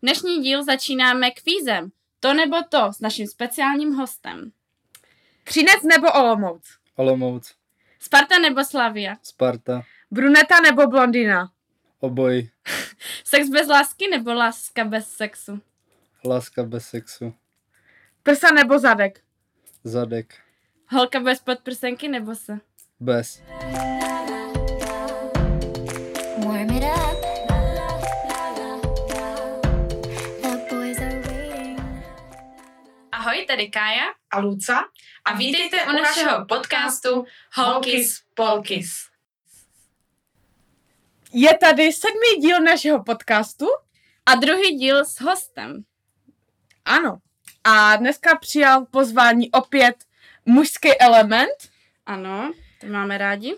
Dnešní díl začínáme kvízem. To nebo to s naším speciálním hostem. Třinec nebo Olomouc? Olomouc. Sparta nebo Slavia? Sparta. Bruneta nebo blondýna? Obojí. Sex bez lásky nebo láska bez sexu? Láska bez sexu. Prsa nebo zadek? Zadek. Holka bez podprsenky nebo se? Bez. Warm it up. The boys are waiting. Ahoj, tady Kája A Luca? a vítejte u našeho podcastu Holkis Polkis. Je tady 7. díl našeho podcastu. A druhý díl s hostem. Ano. A dneska přijal pozvání opět mužský element. Ano, to máme rádi.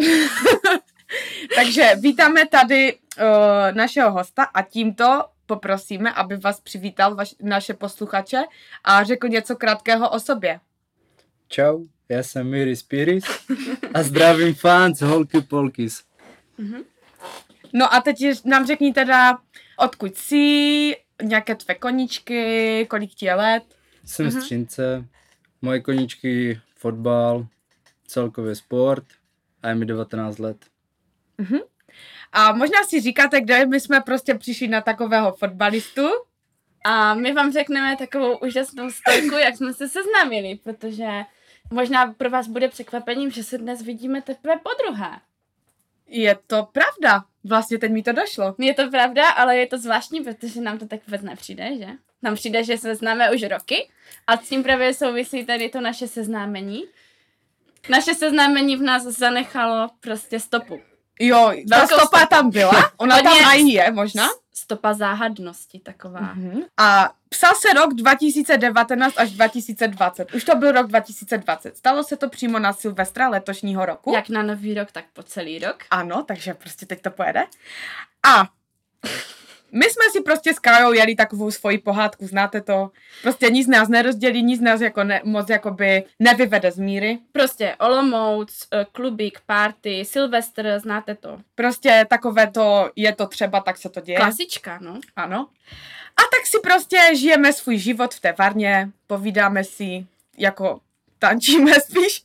Takže vítáme tady našeho hosta a tímto poprosíme, aby vás přivítal naše posluchače a řekl něco krátkého o sobě. Čau, já jsem Miri Spiris a zdravím fans Holky Polkis. No a teď nám řekni teda, odkud jsi, nějaké tvé koníčky, kolik ti je let. Jsem z Třince, moje koníčky fotbal, celkově sport a je mi 19 let. A možná si říkáte, kde my jsme prostě přišli na takového fotbalistu. A my vám řekneme takovou úžasnou storku, jak jsme se seznámili, protože možná pro vás bude překvapením, že se dnes vidíme teprve podruhé. Je to pravda. Vlastně teď mi to došlo. Je to pravda, ale je to zvláštní, protože nám to tak vůbec nepřijde, že? Nám přijde, že se známe už roky a s tím právě souvisí tady to naše seznámení. Naše seznámení v nás zanechalo prostě stopu. Jo, ta Velkou stopa stopu. tam byla, ona Hodně tam aj je možná. Stopa záhadnosti taková. A psal se rok 2019 až 2020. Už to byl rok 2020. Stalo se to přímo na Silvestra letošního roku. Jak na nový rok, tak po celý rok. Ano, takže prostě teď to pojede. A my jsme si prostě s Kajou jeli takovou svoji pohádku, znáte to. Prostě nic nás nerozdělí, nic nás jako moc jakoby nevyvede z míry. Prostě Olomouc, klubík, party, Silvestr, znáte to. Prostě takové to, je to třeba, tak se to děje. Klasička, no. Ano. A tak si prostě žijeme svůj život v té Varně, povídáme si, jako tančíme spíš.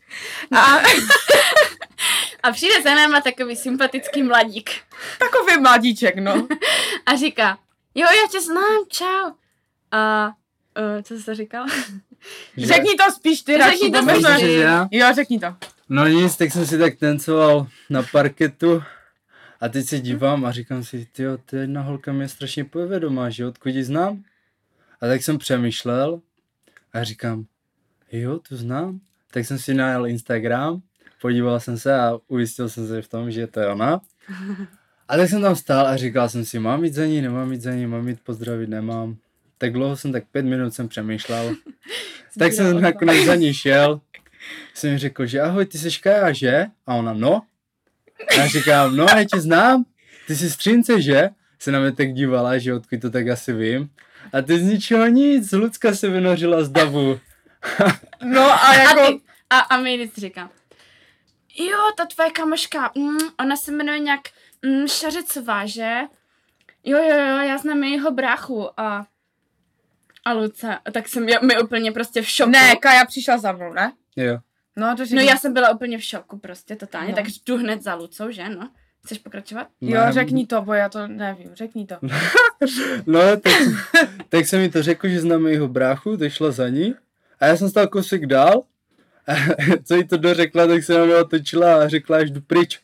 A přijde za náma takový sympatický mladík. Takový mladíček, no. A říká, jo, já tě znám, čau. A co jsi to říkal? Řekni to spíš ty, Řekni radši, to bo my spíš jsme- ty. Já? Jo, řekni to. No nic, tak jsem si tak tancoval na parketu a teď se dívám a říkám si, tyjo, to jedna holka mě strašně povědomá, že odkud ji znám? A tak jsem přemýšlel a říkám, jo, tu znám. Tak jsem si najel Instagram, podíval jsem se a ujistil jsem se v tom, že to je ona. A tak jsem tam stál a říkal jsem si, mám jít za ní, nemám jít za ní, mám jít pozdravit, nemám. Tak dlouho jsem, tak 5 minut jsem přemýšlel. Tak jsem nakonec za ní šel. Jsem jí řekl, že ahoj, ty jsi Kaja, že? A ona, no. A já říkám, no, já tě znám. Ty jsi z Třince, že? Se na mě tak dívala, že odkud to tak asi vím. A ty z ničeho nic, Lucka se vynořila z davu. No a jako... A my vždycky říkám, jo, ta tvoje kamoška, ona se jmenuje nějak Šařicová, že? Jo, já znám jejího bráchu a Luce, tak jsem mi úplně prostě v šoku. Ne, Kaja přišla za mnou, ne? Jo. No, to No řekni. já jsem byla úplně v šoku prostě totálně, No. tak jdu hned za Lucou, že no? Chceš pokračovat? Jo, Ne, řekni to, bo já to nevím, řekni to. No, tak jsem jí to řekl, že znám jeho bráchu, to šla za ní. A já jsem stál kousek dál. A co jí to dořekla, tak se na mě otočila a řekla, až jdu pryč.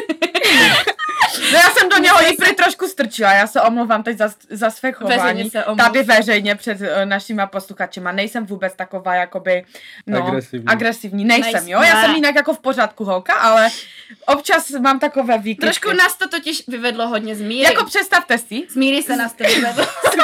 No já jsem do něho i trošku strčila, já se omlouvám teď za své chování. Veřejně se omluv. Tady veřejně před našima posluchačima. Nejsem vůbec taková jakoby, agresivní. Nejsem, jo? Já jsem jinak jako v pořádku holka, ale občas mám takové výkyvky. Trošku nás to totiž vyvedlo hodně z míry. Jako představte si. Z míry se nás to vyvedlo.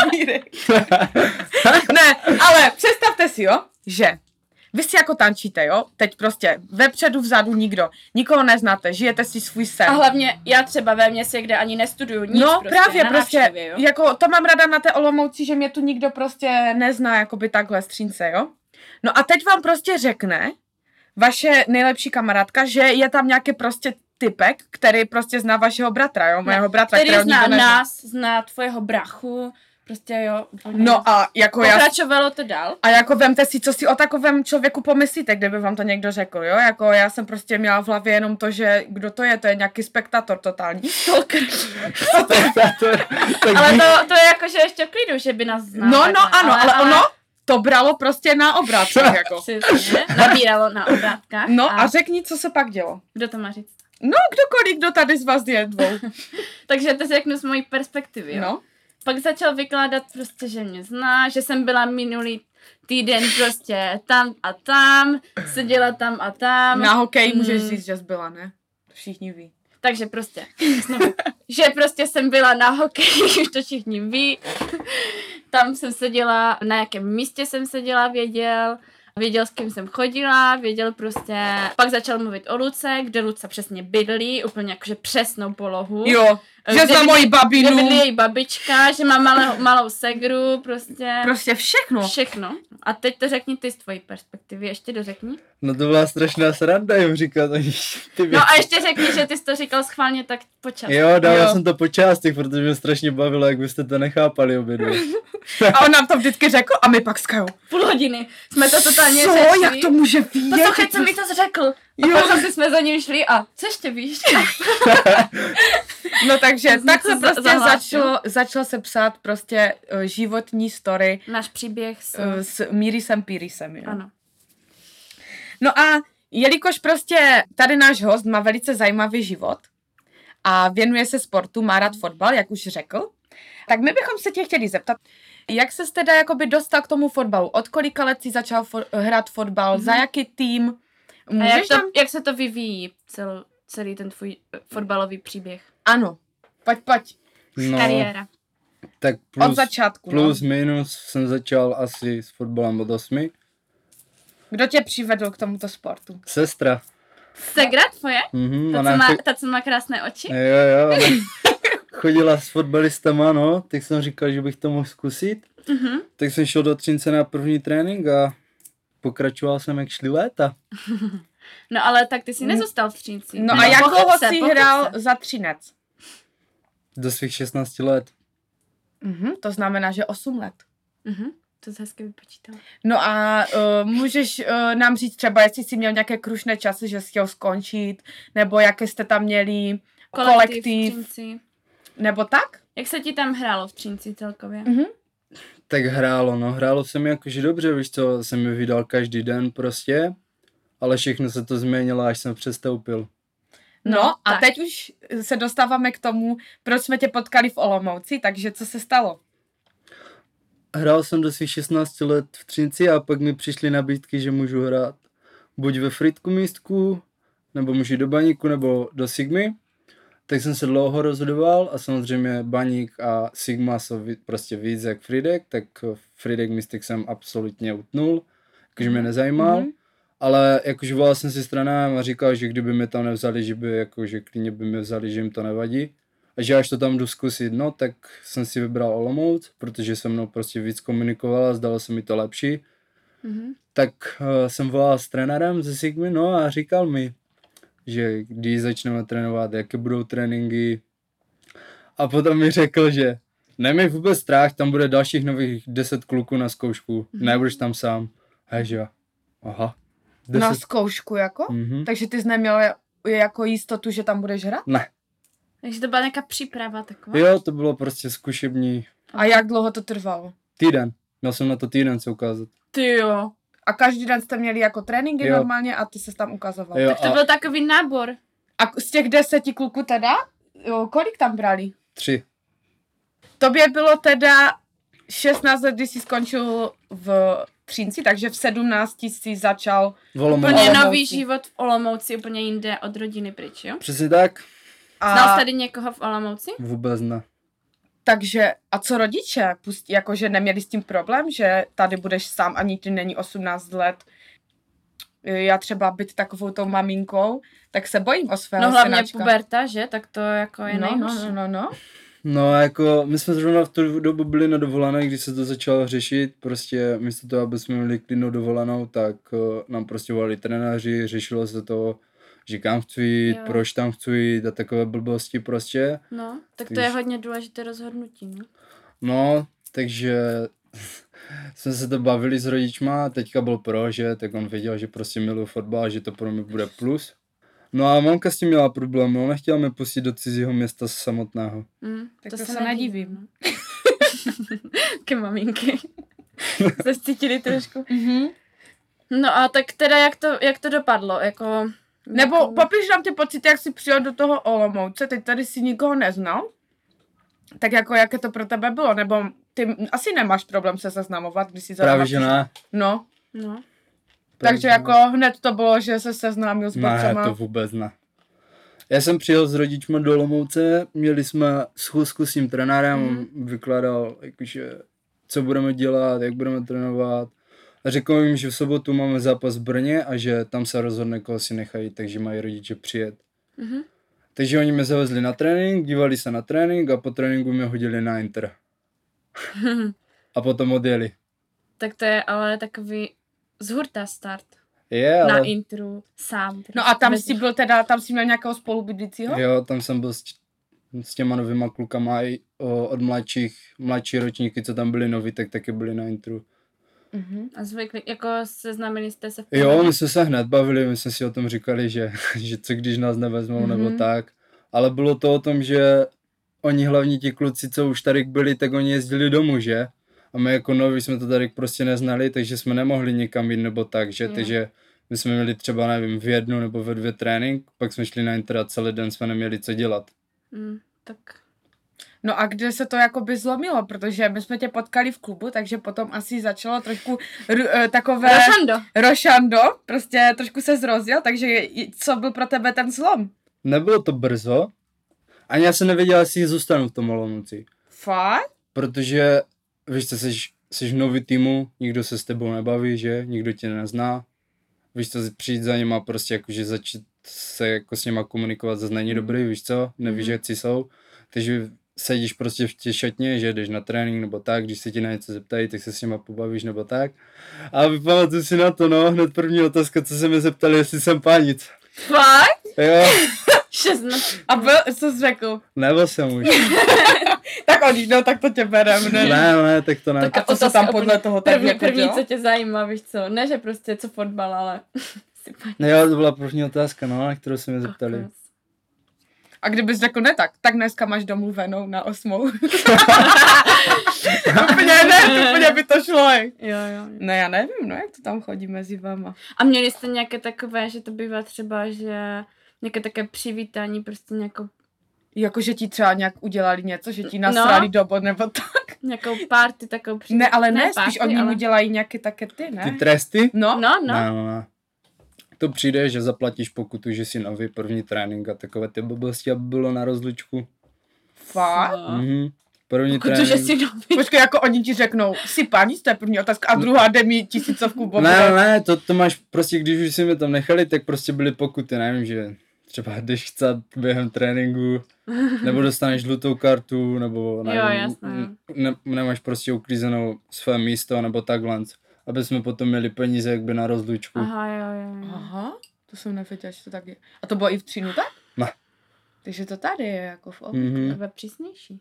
Ne, ale představte si, jo, že vy si jako tančíte, jo, teď prostě vepředu, vzadu nikdo, nikoho neznáte, žijete si svůj sen. A hlavně já třeba ve městě, kde ani nestuduju nic, No prostě, právě, na prostě, návštěvě, jo? jako to mám ráda na té Olomouci, že mě tu nikdo prostě nezná, jakoby takhle z Třince, jo. No a teď vám prostě řekne vaše nejlepší kamarádka, že je tam nějaký prostě typek, který prostě zná vašeho bratra, jo, mého bratra, který kterého zná nikdo nezná. nás, zná tvojeho brachu, Prostě jo. úplně. No a jako Pokračovalo to dál. A jako vemte si, co si o takovém člověku pomyslíte, kdyby vám to někdo řekl, jo? Jako já jsem prostě měla v hlavě jenom to, že kdo to je nějaký spektátor totální. Stalker. Tak Ale to je jako, že ještě v klidu, že by nás znal. No, takhle. ano, ale ono to bralo prostě na obrátkách, jako. Přesně, nabíralo na obrátkách. No a řekni, co se pak dělo. Kdo to má říct? No, kdokoliv, kdo tady z vás je dvou. Takže to řeknu z mojí perspektivy, jo. No. Pak začal vykládat prostě, že mě zná, že jsem byla minulý týden prostě tam a tam, seděla tam a tam. Na hokeji můžeš říct, že jsi byla, ne? To všichni ví. Takže prostě, znovu, že prostě jsem byla na hokeji, už to všichni ví. Tam jsem seděla, na jakém místě jsem seděla, věděl, s kým jsem chodila, věděl prostě, pak začal mluvit o Luce, kde Luca přesně bydlí, úplně jakože přesnou polohu. Jo, že Kde za moji Kde bydlí babinu. její babička, že má malou segru, prostě. Prostě všechno. Všechno. A teď to řekni ty z tvojí perspektivy, ještě dořekni. No to byla strašná sranda jim říkat, ty No a ještě řekni, že ty jsi to říkal schválně tak počas. Jo, dával Jo. jsem to po částech, protože mě strašně bavilo, jak byste to nechápali obě dvě. A on nám to vždycky řekl a my pak s Kajou. Půl hodiny jsme to totálně Co? řešili. Jak to může být? Poslouchej, co mi to řekl. A Jo. potom si jsme za ním šli a co ještě víš? No takže To jsem takhle se prostě zahlásil. začalo se psát prostě životní story Náš příběh s Mírisem Pírisem, jo. Ano. No a jelikož prostě tady náš host má velice zajímavý život a věnuje se sportu, má rád fotbal, jak už řekl, tak my bychom se tě chtěli zeptat, jak ses teda jakoby dostal k tomu fotbalu? Od kolika let jsi začal hrát fotbal? Za jaký tým? A Můžeš nám... jak se to vyvíjí, celý ten tvůj fotbalový příběh? Ano, pojď. No, Kariéra. tak Od začátku, plus minus jsem začal asi s fotbalem od 8. Kdo tě přivedl k tomuto sportu? Sestra. Segra tvoje? Mhm, Ta, co má krásné oči? Jo, ona chodila s fotbalistama, no, tak jsem říkal, že bych to mohl zkusit. Mhm. Tak jsem šel do Třince na první trénink a pokračoval jsem, jak šli léta. No ale tak ty jsi nezůstal v Třinci. No a Nebo jak pochop dlouho se, jsi pochop hrál se. za Třinec? Do svých 16 let. To znamená, že 8 let. Mhm, to jsi hezky vypočítal. No a můžeš nám říct třeba, jestli jsi měl nějaké krušné časy, že jsi chtěl skončit, nebo jaké jste tam měli kolektiv, v Třinci. nebo tak? Jak se ti tam hrálo v Třinci celkově? Tak hrálo se mi jakože dobře, víš co, jsem mi vydal každý den prostě, ale všechno se to změnilo, až jsem přestoupil. No a tak. teď už se dostáváme k tomu, proč jsme tě potkali v Olomouci, takže co se stalo? Hrál jsem do svých 16 let v Třinci a pak mi přišly nabídky, že můžu hrát buď ve Frýdku místku, nebo můžu do Baníku, nebo do Sigmy. Tak jsem se dlouho rozhodoval a samozřejmě Baník a Sigma jsou prostě víc jak Frýdek, tak Frýdek místek jsem absolutně utnul, jakože mě nezajímal. Ale jakože volal jsem si s trenérem a říkal, že kdyby mě tam nevzali, že by jakože klidně by mě vzali, že jim to nevadí. A že až to tam jdu zkusit, no, tak jsem si vybral Olomouc, protože se mnou prostě víc komunikovala, zdalo se mi to lepší. Tak jsem volal s trenérem ze Sigmy, no a říkal mi, že když začneme trénovat, jaké budou tréninky. A potom mi řekl, že neměj vůbec strach, tam bude dalších nových 10 kluků na zkoušku, nebudeš tam sám. A že aha. Na zkoušku jako? Takže ty jsi neměl jako jistotu, že tam budeš hrát? Ne. Takže to byla nějaká příprava taková? Jo, to bylo prostě zkušební A jak dlouho to trvalo? týden. Měl jsem na to týden se ukázat. Ty jo. A každý den jste měli jako tréninky Jo. normálně a ty se tam ukazoval. Jo, Tak to byl takový nábor. A z těch 10 kluků teda, kolik tam brali? 3. Tobě bylo teda 16 let, když jsi skončil v Třinci, takže v 17 jsi začal. Volomouc. Úplně Olomouci. nový život v Olomouci, úplně jinde od rodiny pryč, jo? Přesně tak? Znal jsi A tady někoho v Olomouci? Vůbec ne. takže, a co rodiče? Jakože neměli s tím problém, že tady budeš sám, ani ty není 18 let. Já třeba být takovou tou maminkou, tak se bojím o svého No hlavně synáčka. puberta, že? Tak to jako je nejhorší. No. No jako, my jsme zrovna v tu dobu byli na dovolené, když se to začalo řešit, prostě místo toho, aby jsme měli klidnou dovolenou, tak nám prostě volali trenéři, řešilo se to, že kam chci jít, Jo. proč tam chci jít a takové blbosti prostě. No, tak to Víš. je hodně důležité rozhodnutí, no. No, takže jsme se to bavili s rodičma, teďka byl pro, že, tak on věděl, že prostě miluji fotbal, že to pro mě bude plus. No a mamka s tím měla problém, ona chtěla mě pustit do cizího města samotného. Tak to se nedivím. no. Ke maminky. Se cítili trošku. No a tak teda jak to dopadlo? Jako, Nebo jako... popiš nám ty pocity, jak jsi přijel do toho Olomouce, teď tady si nikoho neznal. Tak jako, jaké to pro tebe bylo? Nebo ty asi nemáš problém se seznamovat, když jsi Právě že ne. No, No. takže jako hned to bylo, že se seznámil s Ne, borcama. to vůbec ne. Já jsem přijel s rodičma do Olomouce, měli jsme schůzku s tím trenérem, on vykládal, jakože, co budeme dělat, jak budeme trénovat. A řekl jim, že v sobotu máme zápas v Brně a že tam se rozhodne, koho si nechají, takže mají rodiče přijet. Takže oni mě zavezli na trénink, dívali se na trénink a po tréninku mě hodili na Inter. A potom odjeli. Tak to je ale takový z hurta start. Je, Na ale... intru sám. No a tam Bez- jsi byl teda, tam jsi měl nějakého spolubydlícího? Jo, tam jsem byl s těma novýma klukama i od mladší ročníky, co tam byli noví, tak taky byli na intru. A zvykli, jako seznámili jste se v Jo, my jsme se hned bavili, my jsme si o tom říkali, že co když nás nevezmou, nebo tak. Ale bylo to o tom, že oni hlavně ti kluci, co už tady byli, tak oni jezdili domů, že? A my jako noví jsme to tady prostě neznali, takže jsme nemohli nikam jít nebo tak, že? Takže my jsme měli třeba, nevím, v 1 nebo ve 2 trénink, pak jsme šli na inter a celý den jsme neměli co dělat. Tak No a kde se to jakoby zlomilo, protože my jsme tě potkali v klubu, takže potom asi začalo trošku takové... Rošando, prostě trošku se zrozil, takže co byl pro tebe ten zlom? Nebylo to brzo, ani já jsem nevěděl, jestli zůstanu v tom Olomouci. Fakt? Protože, víš co, jsi v nový týmu, nikdo se s tebou nebaví, že? Nikdo tě nezná. Víš co, přijít za nima prostě jakože začít se jako s nima komunikovat zase není dobrý, víš co? Nevíš, jak si jsou. Takže sedíš prostě v té šatně, že jdeš na trénink nebo tak, když se ti na něco zeptají, tak se s nima pobavíš nebo tak. A vypamatuju si na to, no, hned první otázka, co se mi zeptali, jestli jsem pánic. Fakt? Jo, 16. A byl, co jsi řekl? nebyl jsem už. Tak oni, no, tak to tě berem, ne? Ne, tak to ne. A co se tam podle toho tak první, jako první, dělo? co tě zajímá, víš co? Ne, že prostě co fotbal, ale si paní. No jo, to byla první otázka, no, na kterou se mě zeptali. A kdybys řekl ne tak dneska máš domluvenou na 8. úplně by to šlo. Jo. No já nevím, no, jak to tam chodí mezi váma. A měli jste nějaké takové, že to bývá třeba, že nějaké také přivítání, prostě Jako, že ti třeba nějak udělali něco, že ti nasrali do bod nebo tak. nějakou party, takovou přivítání. Ne, ale ne, spíš party, oni mu ale... dělají nějaké také ty, ne? Ty tresty? No. No. Ne. To přijde, že zaplatíš pokutu, že si nový první trénink a takové ty blbosti, aby bylo na rozlučku. Fakt? První Protože trénink. si nový. Počkej, jako oni ti řeknou, jsi paní, to je první otázka, a druhá jde mi 1000 bobe. Ne, to máš prostě, když už si mě tam nechali, tak prostě byly pokuty, nevím, že třeba jdeš chcat během tréninku, nebo dostaneš žlutou kartu, nebo nevím, Jo, jasné. nemáš prostě uklízenou své místo, nebo takhle, aby jsme potom měli peníze jakby na rozlučku. Aha, jo. Aha, to jsem nevěděla, že to tak je. A to bylo i v Třínu tak? Ne. Takže to tady je jako v To bude přísnější.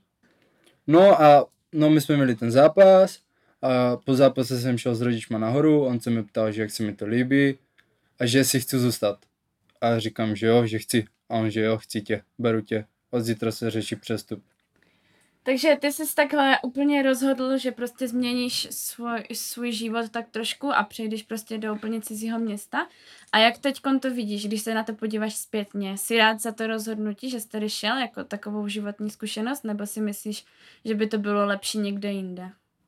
No my jsme měli ten zápas a po zápase jsem šel s rodičma nahoru, on se mi ptal, že jak se mi to líbí a že si chci zůstat. A říkám, že jo, že chci. A on, že jo, chci tě, beru tě. Od zítra se řeší přestup. Takže ty jsi takhle úplně rozhodl, že prostě změníš svůj život tak trošku a přejdeš prostě do úplně cizího města. A jak teďkon to vidíš, když se na to podíváš zpětně? Jsi rád za to rozhodnutí, že jsi tady šel jako takovou životní zkušenost, nebo si myslíš, že by to bylo lepší někde jinde?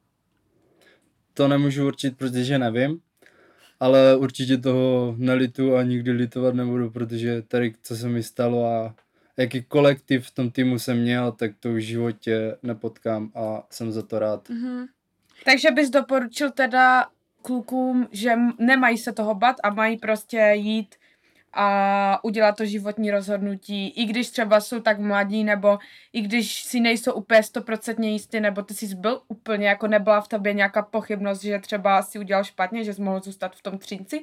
To nemůžu určit, protože nevím. Ale určitě toho nelitu a nikdy litovat nebudu, protože tady, co se mi stalo a jaký kolektiv v tom týmu jsem měl, tak to už v životě nepotkám a jsem za to rád. Takže bys doporučil teda klukům, že nemají se toho bát a mají prostě jít a udělat to životní rozhodnutí, i když třeba jsou tak mladí, nebo i když si nejsou úplně 100% jistý, nebo ty jsi byl úplně, jako nebyla v tobě nějaká pochybnost, že třeba si udělal špatně, že jsi mohl zůstat v tom Třinci?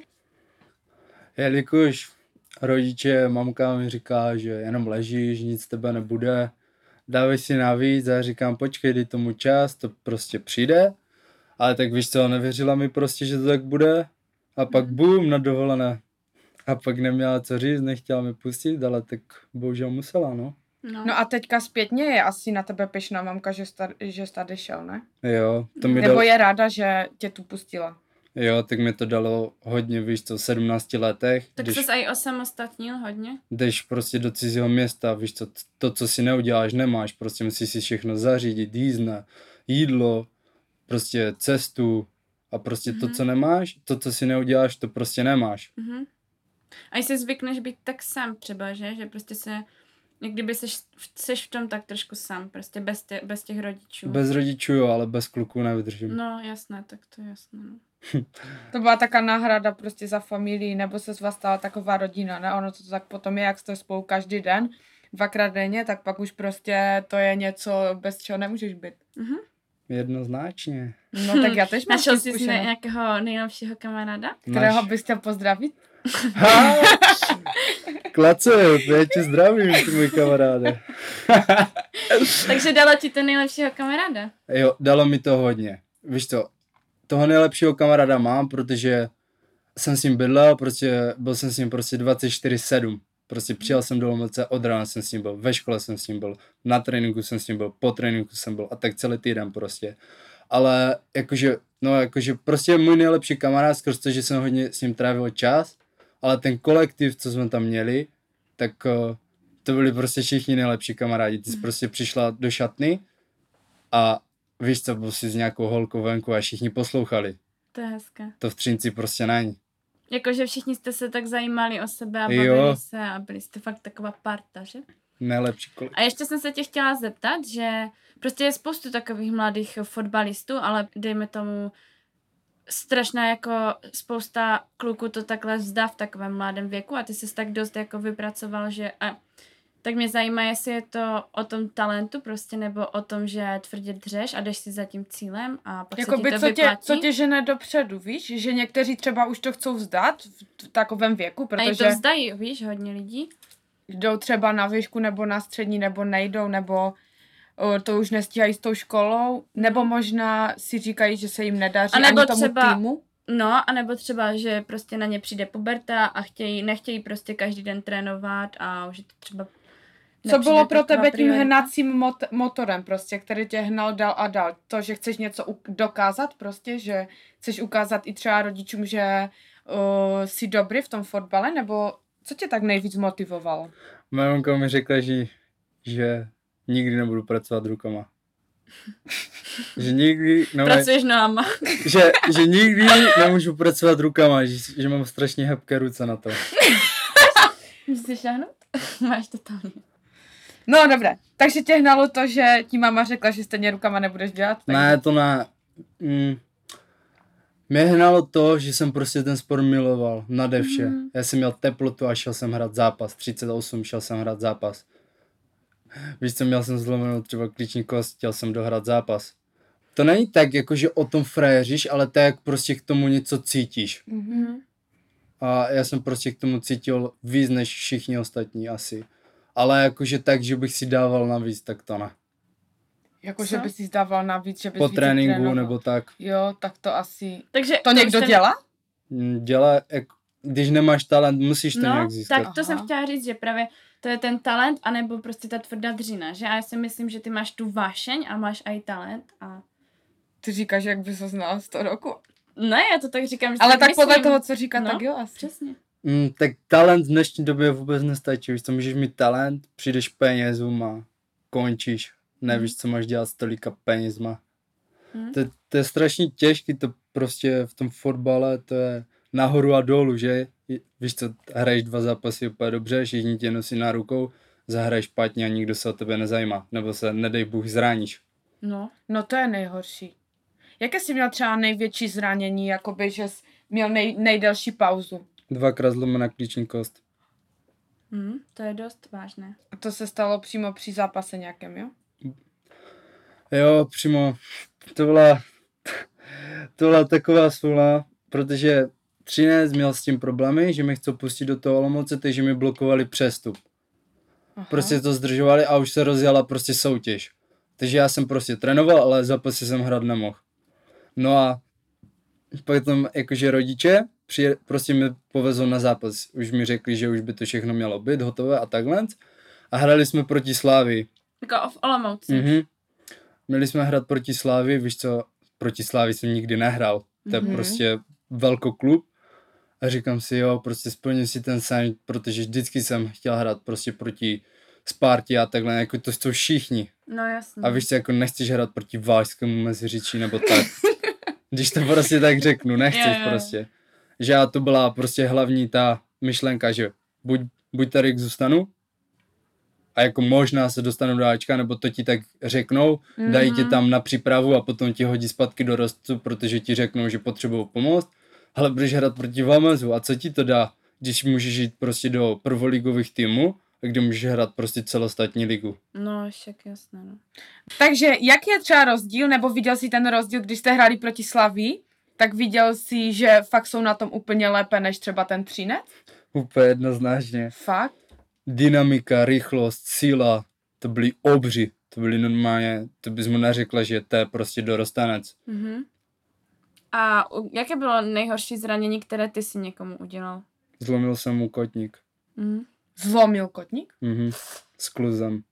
Jelikož rodiče, mamka mi říká, že jenom ležíš, nic z tebe nebude, dávej si navíc a já říkám, počkej, dej tomu čas, to prostě přijde. Ale tak víš co, nevěřila mi prostě, že to tak bude. A pak bum, na dovolené. A pak neměla co říct, nechtěla mi pustit, ale tak bohužel musela, no. No a teďka zpětně je asi na tebe pyšná mamka, že jsi tady šel, ne? Jo, to mi Nebo dalo, je ráda, že tě tu pustila. jo, tak mi to dalo hodně, víš co, v 17 letech, Tak když ses i osamostatnil hodně. jdeš prostě do cizího města, víš co, to, co si neuděláš, nemáš, prostě musíš si všechno zařídit, jízdné, jídlo, prostě cestu a prostě to, co nemáš, to, co si neuděláš, to prostě nemáš. Mhm. A jestli zvykneš být tak sám třeba, že prostě se, jak kdyby seš v tom tak trošku sám, prostě bez těch rodičů. Bez rodičů, jo, ale bez kluků nevydržím. No jasné, tak to je jasné. No. To byla taká náhrada prostě za familii, nebo se z vás stala taková rodina, ne? Ono to tak potom je, jak jste spolu každý den, 2krát denně, tak pak už prostě to je něco, bez čeho nemůžeš být. Jednoznačně. No tak já tež mám Našel s tím jsi zkušenost, nějakého nejlepšího kamaráda? kterého bys chtěl pozdravit. Ha! Klace, to já tě zdravím, ty můj kamaráde. Takže dala ti to nejlepšího kamaráda? Jo, dalo mi to hodně. Víš co, toho nejlepšího kamaráda mám, protože jsem s ním bydlel, prostě byl jsem s ním prostě 24/7. Prostě přijel jsem do Olomouce, od rána jsem s ním byl, ve škole jsem s ním byl, na tréninku jsem s ním byl, po tréninku jsem byl a tak celý týden prostě. Ale jakože prostě můj nejlepší kamarád, skrz to, že jsem hodně s ním trávil čas, ale ten kolektiv, co jsme tam měli, tak to byli prostě všichni nejlepší kamarádi. Ty jsi prostě přišla do šatny a víš co, byl jsi s nějakou holkou venku a všichni poslouchali. To je hezké. To v Třinci prostě není. Jakože všichni jste se tak zajímali o sebe a Jo. bavili se a byli jste fakt taková parta, že? Nejlepší kolektiv. A ještě jsem se tě chtěla zeptat, že prostě je spoustu takových mladých fotbalistů, ale dejme tomu strašná jako spousta kluků to takhle vzdá v takovém mladém věku a ty jsi tak dost jako vypracoval, že tak mě zajímá, jestli je to o tom talentu prostě, nebo o tom, že tvrdě dřeš a jdeš si za tím cílem a pak se ti Jakoby to co tě žene dopředu, víš? Že někteří třeba už to chcou vzdát v takovém věku, A i to protože vzdají, víš, hodně lidí. jdou třeba na výšku nebo na střední, nebo nejdou, nebo to už nestíhají s tou školou, nebo možná si říkají, že se jim nedaří A nebo ani tomu třeba- týmu. No, anebo třeba, že prostě na ně přijde puberta a nechtějí prostě každý den trénovat a už je to třeba Co nepřijde bylo pro taková tebe tím priorita. hnacím motorem prostě, který tě hnal dál a dál? To, že chceš něco dokázat prostě, že chceš ukázat i třeba rodičům, že jsi dobrý v tom fotbale, nebo co tě tak nejvíc motivovalo? Moje mamka mi řekla, že nikdy nebudu pracovat rukama. Že nikdy, Pracuješ nohama. že nikdy nemůžu pracovat rukama, že mám strašně hebké ruce na to. Můžeš si šáhnout? Máš to tam. No dobré, takže tě hnalo to, že ti máma řekla, že stejně rukama nebudeš dělat? Tak... Ne, to ne. Mě hnalo to, že jsem prostě ten sport miloval nade vše. Já jsem měl teplotu a šel jsem hrát zápas. 38 šel jsem hrát zápas. Víš co, měl jsem zlomenou třeba klíční kost, chtěl jsem dohrát zápas. To není tak, jako že o tom frajeříš, ale tak, jak prostě k tomu něco cítíš. Mhm. A já jsem prostě k tomu cítil víc než všichni ostatní asi. Ale jakože tak, že bych si dával navíc, tak to ne. Jako, Co? že bys si zdával navíc, že bys Po více tréninku trénoval. nebo tak. Jo, tak to asi... Takže To někdo už dělá? Dělá, když nemáš talent, musíš to No, nějak získat. tak to jsem Aha. chtěla říct, že právě to je ten talent, anebo prostě ta tvrdá dřina, že? A já si myslím, že ty máš tu vášeň a máš i talent a... Ty říkáš, jak bys ho znal 100 roku. Ne, já to tak říkám, že Ale si tak myslím. podle toho, co říká, No, tak jo asi. Přesně. Tak talent v dnešní době vůbec nestačí. Víš co, můžeš mít talent, přijdeš penězům a končíš. Nevíš, co máš dělat s tolika penězma. Hmm. To je strašně těžký, to prostě v tom fotbale, to je nahoru a dolů, že? Víš co, hraješ 2 zápasy úplně dobře, všichni tě nosí na rukou, zahraješ špatně a nikdo se o tebe nezajímá. Nebo se, nedej Bůh, zraníš. No. No to je nejhorší. Jaké jsi měl třeba největší zranění, jakoby, že jsi měl nejdelší pauzu? 2krát zlomená klíční kost. To je dost vážné. A to se stalo přímo při zápase nějakém, jo? Jo, přímo, to byla taková smůla, protože Třinec měl s tím problémy, že mi chcou pustit do toho Olomouce, takže mi blokovali přestup. prostě to zdržovali a už se rozjela prostě soutěž. Takže já jsem prostě trénoval, ale zápasy jsem hrát nemohl. No a potom jakože rodiče prostě mi povezou na zápas. Už mi řekli, že už by to všechno mělo být hotové a takhle. A hrali jsme proti Slávii. Jako v Olomouci. Měli jsme hrát proti Slávii, víš co, proti Slávii jsem nikdy nehrál. To je prostě velkoklub. A říkám si, jo, prostě splním si ten sen, protože vždycky jsem chtěl hrát prostě proti Spartě a takhle, jako to jsou všichni. No jasně. A víš co, jako nechceš hrát proti Vážskému Meziříčí nebo tak. Když to prostě tak řeknu, nechceš prostě. Že já to byla prostě hlavní ta myšlenka, že buď tady zůstanu a jako možná se dostanu do Ačka, nebo to ti tak řeknou, dají tě tam na přípravu a potom ti hodí zpátky do rostu, protože ti řeknou, že potřebují pomoct. Ale budeš hrát proti Valmezu a co ti to dá, když můžeš jít prostě do prvoligových týmů, kde můžeš hrát prostě celostátní ligu. No, však jasné, no. Takže jaký je třeba rozdíl, nebo viděl jsi ten rozdíl, když jste hráli proti Slavii, tak viděl jsi, že fakt jsou na tom úplně lépe než třeba ten Třinec? Úplně jednoznačně. Fakt? Dynamika, rychlost, síla, to byly obři. To byly normálně, to bys mu neřekla, že to je prostě dorostanec. A jaké bylo nejhorší zranění, které ty si někomu udělal? Zlomil jsem mu kotník. Zlomil kotník? S kluzem.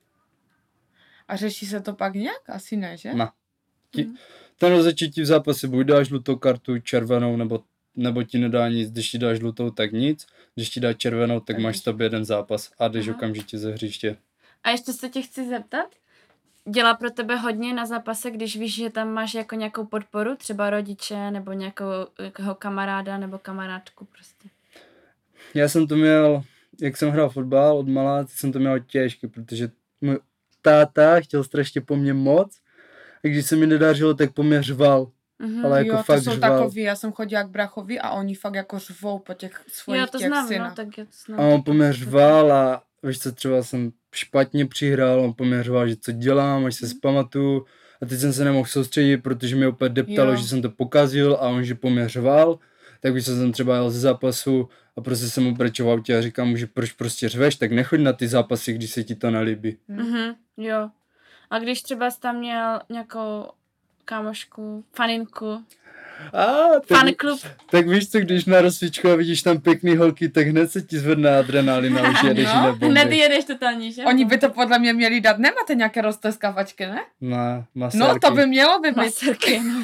A řeší se to pak nějak? Asi ne, že? Ne. Ten rozhodčí v zápase buď dáš žlutou kartu, červenou, nebo ti nedá nic. Když ti dáš žlutou, tak nic. Když ti dá červenou, tak máš s tobě jeden zápas a jdeš okamžitě ze hřiště. A ještě se tě chci zeptat, dělá pro tebe hodně na zápase, když víš, že tam máš jako nějakou podporu, třeba rodiče, nebo nějakého kamaráda, nebo kamarádku prostě? Já jsem to měl, jak jsem hrál fotbal od malá, tak jsem to měl těžké, protože můj táta chtěl strašně po mně moc a když se mi nedařilo, tak po mě řval. Ale jako jo, fakt to jsou řval. takový, já jsem chodila k brachovi a oni fakt jako řvou po těch svojich těch synách. No, tak já to znám. A on po mě řval a víš co, třeba jsem špatně přihrál, on po mě řval, že co dělám, až se zpamatuju. A teď jsem se nemohl soustředit, protože mi opět deptalo, že jsem to pokazil a on že po mě řval. Tak když jsem třeba jel ze zápasu a prostě jsem mu brečel v autě a říkám mu, že proč prostě řveš, tak nechoď na ty zápasy, když se ti to nelíbí. Jo. A když třeba jsi tam měl nějakou kámošku, faninku, fanklub. Tak víš co, když na rozcvičku a vidíš tam pěkný holky, tak hned se ti zvedne adrenalin a už jedeš na bomby. Hned jedeš totálně, že? Oni by to podle mě měli dát. Nemáte nějaké rozteskavačky, ne? Ne, masérky. No to by mělo by být. Masérky, no.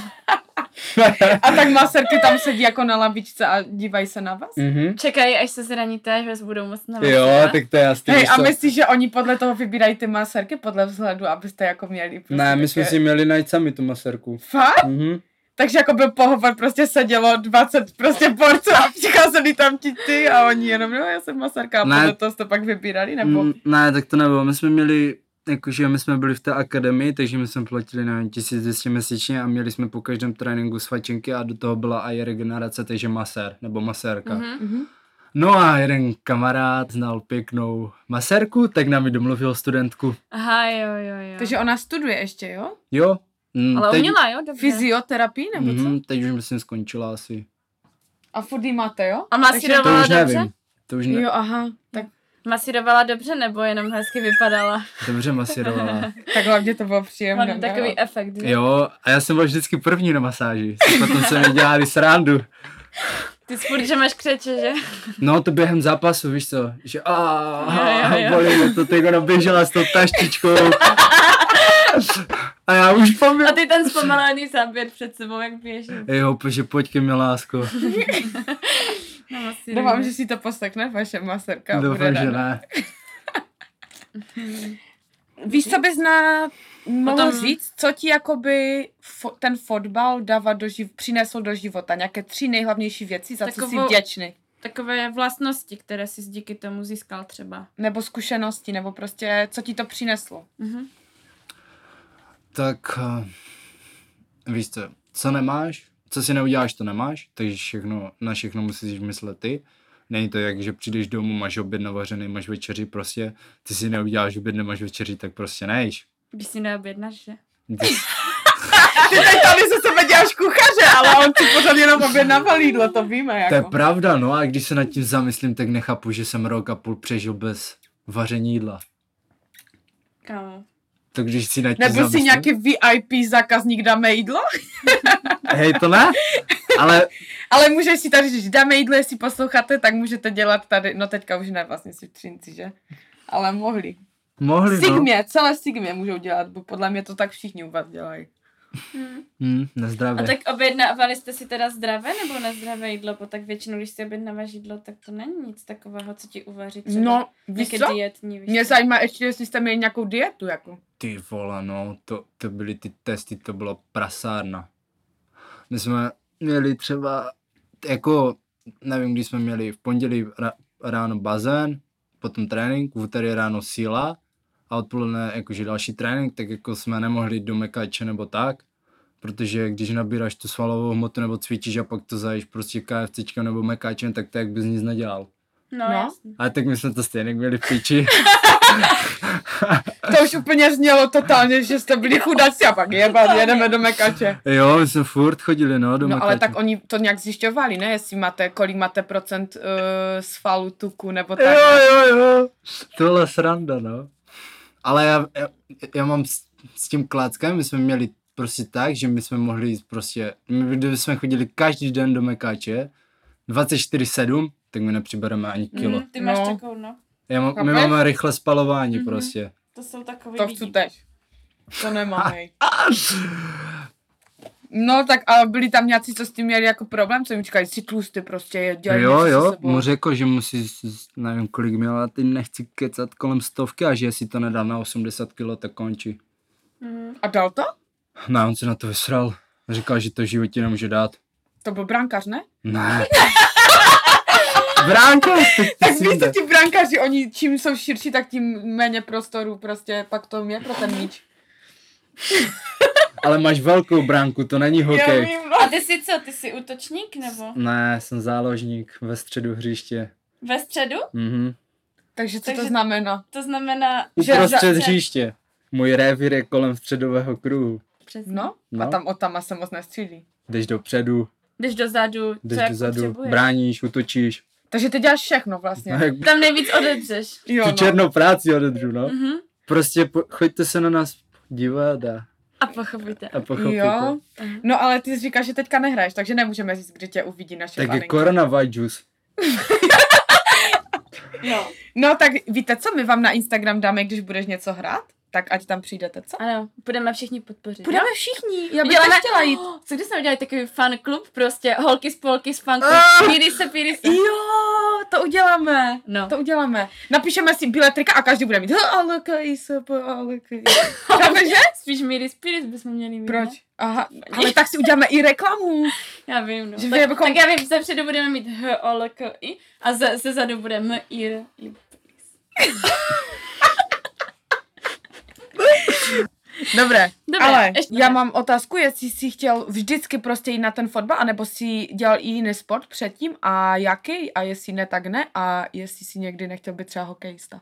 A tak masérky tam sedí jako na lavičce a dívají se na vás? Čekají, až se zraníte, až vás budou moc na vás. Jo, tak to je jasný. Hej, a myslíš, že oni podle toho vybírají ty masérky podle vzhledu, abyste jako měli prostě Ne, my jsme si měli najít sami tu masérku. Fakt? Takže jako byl pohovor, prostě sedělo 20 prostě porců a přicházeli tam ti ty a oni jenom, no já jsem masérka a podle toho to pak vybírali, nebo? Ne, tak to nebylo. My jsme měli, jakože my jsme byli v té akademii, takže my jsme platili na 1200 měsíčně a měli jsme po každém tréninku svačinky a do toho byla i regenerace, takže masér nebo masérka. No a jeden kamarád znal pěknou masérku, tak nám ji domluvil studentku. Aha, jo. Takže ona studuje ještě, jo? Jo. Ale uměla, jo? Dobře. Fyzioterapii nebo co? Teď už myslím skončila asi. A furt jí máte, jo? A masírovala to už dobře? Nevím. To už Jo, aha. Tak masírovala dobře, nebo jenom hezky vypadala? Dobře masírovala. tak hlavně to bylo příjemné. Mám takový efekt, že? Jo, a já jsem byl vždycky první na masáži. Potom se mi dělali srandu. Ty furt, že máš křeče, že? No to během zápasu, víš co, že Jo. bolí to, teď ona běžela s tou taštičkou. A já už A ty ten zpomalený záběr před sebou, jak běží. Jo, že pojď ke mně, lásko. Doufám, že si to poslechne vaše masérka. Doufám, že ne. Víš, co bys mohl říct, co ti jakoby ten fotbal přinesl do života? Nějaké 3 nejhlavnější věci, za co jsi vděčný? Takové vlastnosti, které jsi díky tomu získal třeba. Nebo zkušenosti, nebo prostě, co ti to přineslo? Tak víš co nemáš, co si neuděláš, to nemáš, takže na všechno musíš myslet ty. Není to jak, že přijdeš domů, máš oběd navařený, máš večeři, prostě ty si neuděláš oběd, nemáš večeři, tak prostě nejíš. Když si neobjednáš, že? Ty tady se sebe děláš kuchaře, ale on si pořád jenom objednával jídlo, to víme. Jako. To je pravda, no a když se nad tím zamyslím, tak nechápu, že jsem rok a půl přežil bez vaření jídla. Kámo. To když si nad tím Nebyl jsi zamyslím- nějaký VIP zákazník dáme jídlo? Hej, to ne? Ale Ale můžeš si tady říct, dáme jídlo, jestli posloucháte, tak můžete dělat tady, no teďka už ne, vlastně si v Třinci, že? Ale mohli. mohli, no. Sigmě, celé Sigmě můžou dělat, bo podle mě to tak všichni u vás dělají. A Nezdravé. tak objednávali jste si teda zdravé nebo nezdravé jídlo? Bo tak většinou, když si objednáváš jídlo, tak to není nic takového, co ti uvaří třeba. No, víš Nějaké co? dietní, víš Mě co? zajímá ještě, jestli jste měli nějakou dietu, jako. Ty vole, no, to byly ty testy, to bylo prasárna. My jsme měli třeba, jako, nevím, když jsme měli v pondělí ráno bazén, potom trénink, v úterý ráno síla a odpoledne jakože další trénink, tak jako jsme nemohli jít do mekače nebo tak, protože když nabíráš tu svalovou hmotu nebo cvičíš a pak to zajíš prostě KFCčkem nebo mekáčem, tak to jak bys nic nedělal. No, No. jasně. Ale tak my jsme to stejně měli v piči. To už úplně znělo totálně, že jste byli chudáci a pak jedeme do mekače. Jo, my jsme furt chodili, no, do No ale mekáče. tak oni to nějak zjišťovali, ne? Jestli máte, kolik máte procent svalu, tuku, nebo tak. Jo. Tohle sranda, no. Ale já mám s tím klackem, my jsme měli prostě tak, že my jsme mohli jít prostě, kdyby jsme chodili každý den do mekáče, 24/7, tak my nepřibereme ani kilo. Ty máš No. takovou, no. My Chápeš? máme rychle spalování prostě. To jsou takový To lidi. chci tež. To nemáme. No tak ale byli tam nějací, co s tím měli jako problém, co jim říkali, jsi tlustý prostě, dělají něco se Jo, sebou. mu řekl, že musí, nevím kolik měl, a teď nechci kecat kolem 100 a že jestli to nedá na 80 kilo, tak končí. A dal to? No, on se na to vysral. Říkal, že to v životě nemůže dát. To byl brankář, ne? Ne. Bránko, Tak víš, co ti brankáři, oni čím jsou širší, tak tím méně prostoru prostě pak to je pro ten míč. Ale máš velkou bránku, to není hokej. vím, no. A ty jsi co? Ty jsi útočník nebo? Ne, jsem záložník ve středu hřiště. Ve středu? Takže co Takže- to znamená? To znamená... Uprostřed hřiště. Můj revír je kolem středového kruhu. Přesně. No, No. a tam od tam se moc nestřílí. Jdeš dopředu, Jdeš dozadu, co jdeš jak dozadu, potřebuješ. bráníš, útočíš. Takže ty děláš všechno vlastně. No, jak Tam nejvíc odedřeš. Jo, tu no. černou práci odedřu, no. Mhm. Prostě choďte se na nás dívat A pochopíte. a pochopíte. Jo. No ale ty jsi říkáš, že teďka nehraješ, takže nemůžeme říct, kdy tě uvidí naše Tak je panenky. koronavajus. No. No tak víte co, my vám na Instagram dáme, když budeš něco hrát, tak ať tam přijdete, co? Ano, budeme všichni podpořit. Budeme všichni, já bych Uděláme- taky chtěla jít. Co když jsme udělali takový fan klub, prostě holky spolky s fan klub, píry se. Jo, to uděláme. No. To uděláme. Napíšeme si biletrika a každý bude mít ale Chápeš, že? Spíš míry spirit bychom měli mít, Proč? ne? Aha, ale tak si uděláme i reklamu. Já vím, no. Že Tak, bychom- tak já vím, ze předu budeme mít h, o, l, k, i a ze zadu bude m, i, r, i. Dobré, Dobré, ale ještě já ne. mám otázku, jestli jsi chtěl vždycky prostě jít na ten fotbal, anebo jsi dělal i jiný sport předtím a jaký, a jestli ne, tak ne, a jestli si někdy nechtěl být třeba hokejista.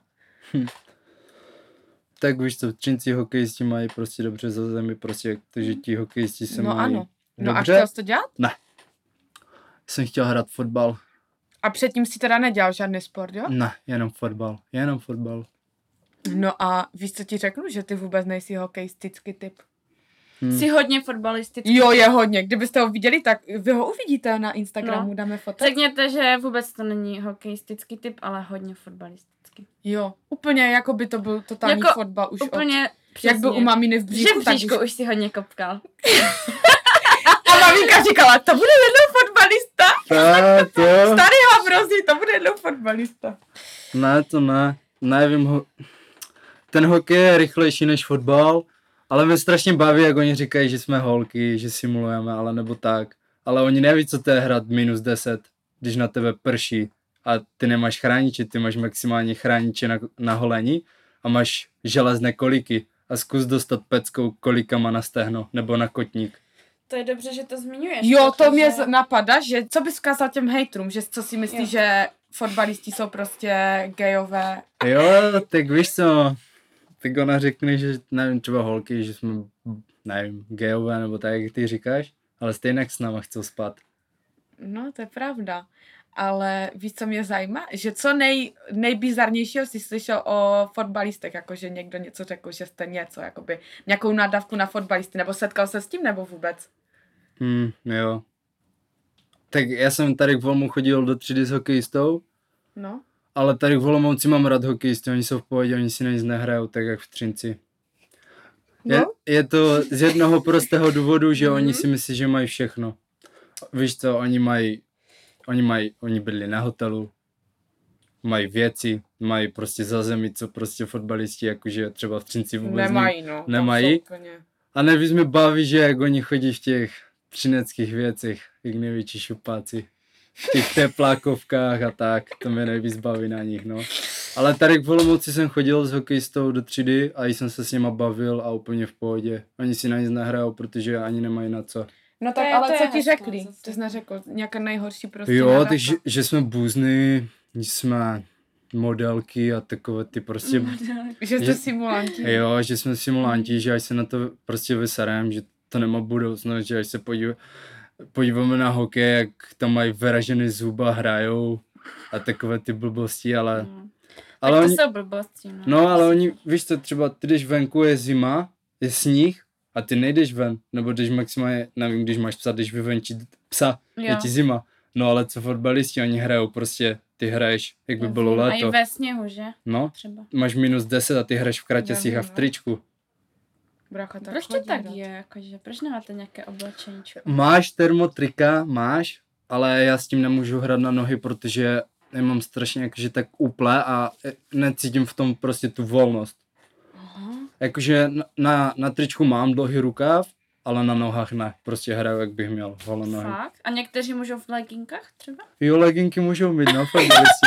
Tak víš co, Třinci hokejisti mají prostě dobře za zemi, prostě, takže ti hokejisti se No mají ano. No dobře. a chtěl jsi to dělat? Jsem chtěl hrát fotbal. A předtím si teda nedělal žádný sport, jo? Ne, jenom fotbal. No a víš, co ti řeknu, že ty vůbec nejsi hokejistický typ. Jsi hodně fotbalistický. Jo, je hodně. Kdybyste ho viděli, tak vy ho uvidíte na Instagramu, No. dáme fotek. Řekněte, že vůbec to není hokejistický typ, ale hodně fotbalistický. Jo, úplně jako by to byl totální Jako fotbal už Úplně od, jak byl u maminy v bříšku, Že tak bříšku už si hodně kopkal. A maminka říkala, to bude jednou fotbalista. To. Starý Havrozí, to bude jednou fotbalista. Ne, to ne. Nevím, ten hokej je rychlejší než fotbal, ale mě strašně baví, jak oni říkají, že jsme holky, že simulujeme, ale nebo tak. Ale oni neví, co to je hrát -10, když na tebe prší a ty nemáš chrániče, ty máš maximálně chrániče na holení a máš železné koliky a zkus dostat peckou kolikama na stehno nebo na kotník. To je dobře, že to zmiňuješ. Jo, to mě protože- napadá, že co bys vzkázal těm hejtrům, že co si myslí, Jo. že fotbalisti jsou prostě gejové. Jo, tak víš co, tak ona řekne, že nevím, třeba holky, že jsme, nevím, gejové nebo tak, jak ty říkáš, ale stejně s náma chcou spát. No, to je pravda. Ale víš, co mě zajímá? Že co nejbizarnějšího jsi slyšel o fotbalistech, jakože někdo něco řekl, že jste něco, jakoby nějakou nadávku na fotbalisty, nebo setkal se s tím, nebo vůbec? Jo. Tak já jsem tady k Volmu chodil do třídy s hokejistou, No. ale tady v Olomouci mám rád hokejisty, oni jsou v pohodě, oni si na nic nehrajou, tak jak v Třinci. No. Je to z jednoho prostého důvodu, že oni si myslí, že mají všechno. Víš co, oni byli na hotelu, mají věci, mají prostě za zemi, co prostě fotbalisti, jakože třeba v Třinci vůbec Nemají, no. nemají. A nejvíc mi baví, že jak oni chodí v těch třineckých věcech, jak největší šupáci. V těch teplákovkách a tak, to mě nejvíc baví na nich, no. Ale tady v Olomouci jsem chodil s hokejistou do třídy a jsem se s nima bavil a úplně v pohodě. Oni si na nic nehrajou, protože ani nemají na co. No tak, To je ale co ti hezké řekli? zase. To jsi neřekl, nějaká nejhorší prostě Jo, nadávka. takže že jsme buzny, že jsme modelky a takové ty prostě, Že jste simulanti. jo, že jsme simulanti, že až se na to prostě vyserem, že to nemá budoucnost, že až se podíváme na hokej, jak tam mají vyražený zuba, hrajou a takové ty blbosti, ale... Ale tak to oni, jsou blbosti, no. no, ale oni, víš co, třeba ty jdeš venku, je zima, je sníh a ty nejdeš ven, nebo jdeš maximálně, nevím, když máš psa, jdeš vyvenčit psa, je Jo. ti zima. No ale co fotbalisti, oni hrajou prostě, ty hraješ, jak by bylo A i léto. ve sněhu, že? No, Třeba. máš -10 a ty hraješ v kratěsích Já a vím, v no. tričku. Bracha, tak Proč to chodí tak rád. je, jakože? Proč nemáte nějaké oblečeníčko? Máš termotrika, máš, ale já s tím nemůžu hrát na nohy, protože já mám strašně jakože tak uple a necítím v tom prostě tu volnost. Aha. Jakože na tričku mám dlouhý rukáv, ale na nohách ne. Prostě hraju, jak bych měl holé nohy. Fakt? A někteří můžou v leginkách třeba? Jo, leginky můžou mít, no, fotbalisti.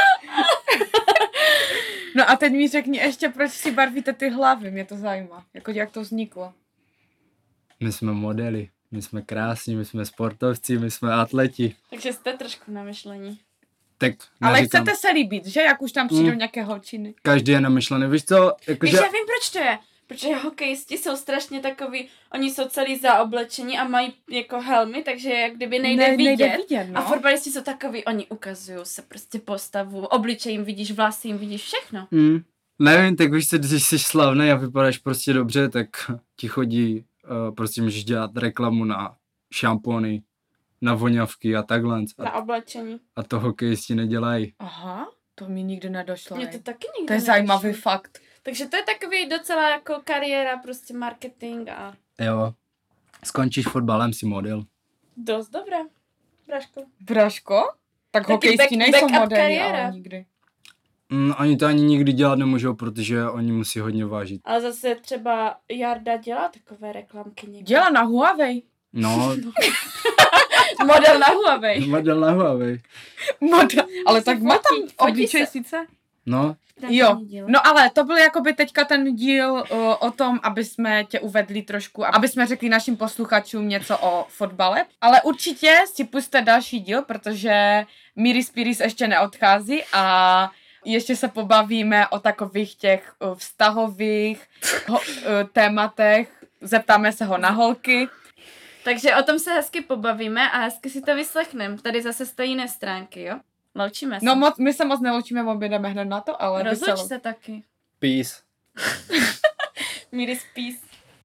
No a teď mi řekni ještě, proč si barvíte ty hlavy, mě to zajímá. Jako jak to vzniklo. My jsme modely, my jsme krásní, my jsme sportovci, my jsme atleti. Takže jste trošku na myšlení. Tak Ale neříkám, chcete se líbit, že? Jak už tam přijdou nějaké holčiny. každý je namyšlený, víš co, jakože... Víš, já vím, proč to je. Protože hokejisti jsou strašně takový, oni jsou celý zaoblečení a mají jako helmy, takže jak kdyby nejde vidět. no. A fotbalisti jsou takový, oni ukazují se prostě postavu, obličej jim vidíš, vlasy jim vidíš, všechno. Nevím, tak víš co, když jsi slavný a vypadáš prostě dobře, tak ti chodí, prostě můžeš dělat reklamu na šampony, na voňavky a takhle. Na oblečení. A to hokejisti nedělají. Aha, to mi nikdy nedošlo. Mě ne? to taky nikdy To je nedošlo. zajímavý fakt. Takže to je takový docela jako kariéra, prostě marketing a Jo. Skončíš fotbalem, si model. dost dobré. Braško. Braško? Tak Taky hokejisti nejsou backup moderní, kariéra. ale nikdy. Oni to ani nikdy dělat nemůžou, protože oni musí hodně vážit. Ale zase třeba Jarda dělá takové reklamky někdy. Dělá na Huawei. No, Model na Huawei. model na Huawei. Model. Ale tak má tam Fotí obličej se. sice. No, Jo, no ale to byl jakoby teďka ten díl o tom, aby jsme tě uvedli trošku, aby jsme řekli našim posluchačům něco o fotbale. Ale určitě si pusťte další díl, protože Miris Piris ještě neodchází a ještě se pobavíme o takových těch vztahových tématech. Zeptáme se ho na holky. Takže o tom se hezky pobavíme a hezky si to vyslechneme. Tady zase stojí jiné stránky, jo? Loučíme se. No my se moc neloučíme, jdeme hned na to, ale Rozluč se taky. peace. Miris peace.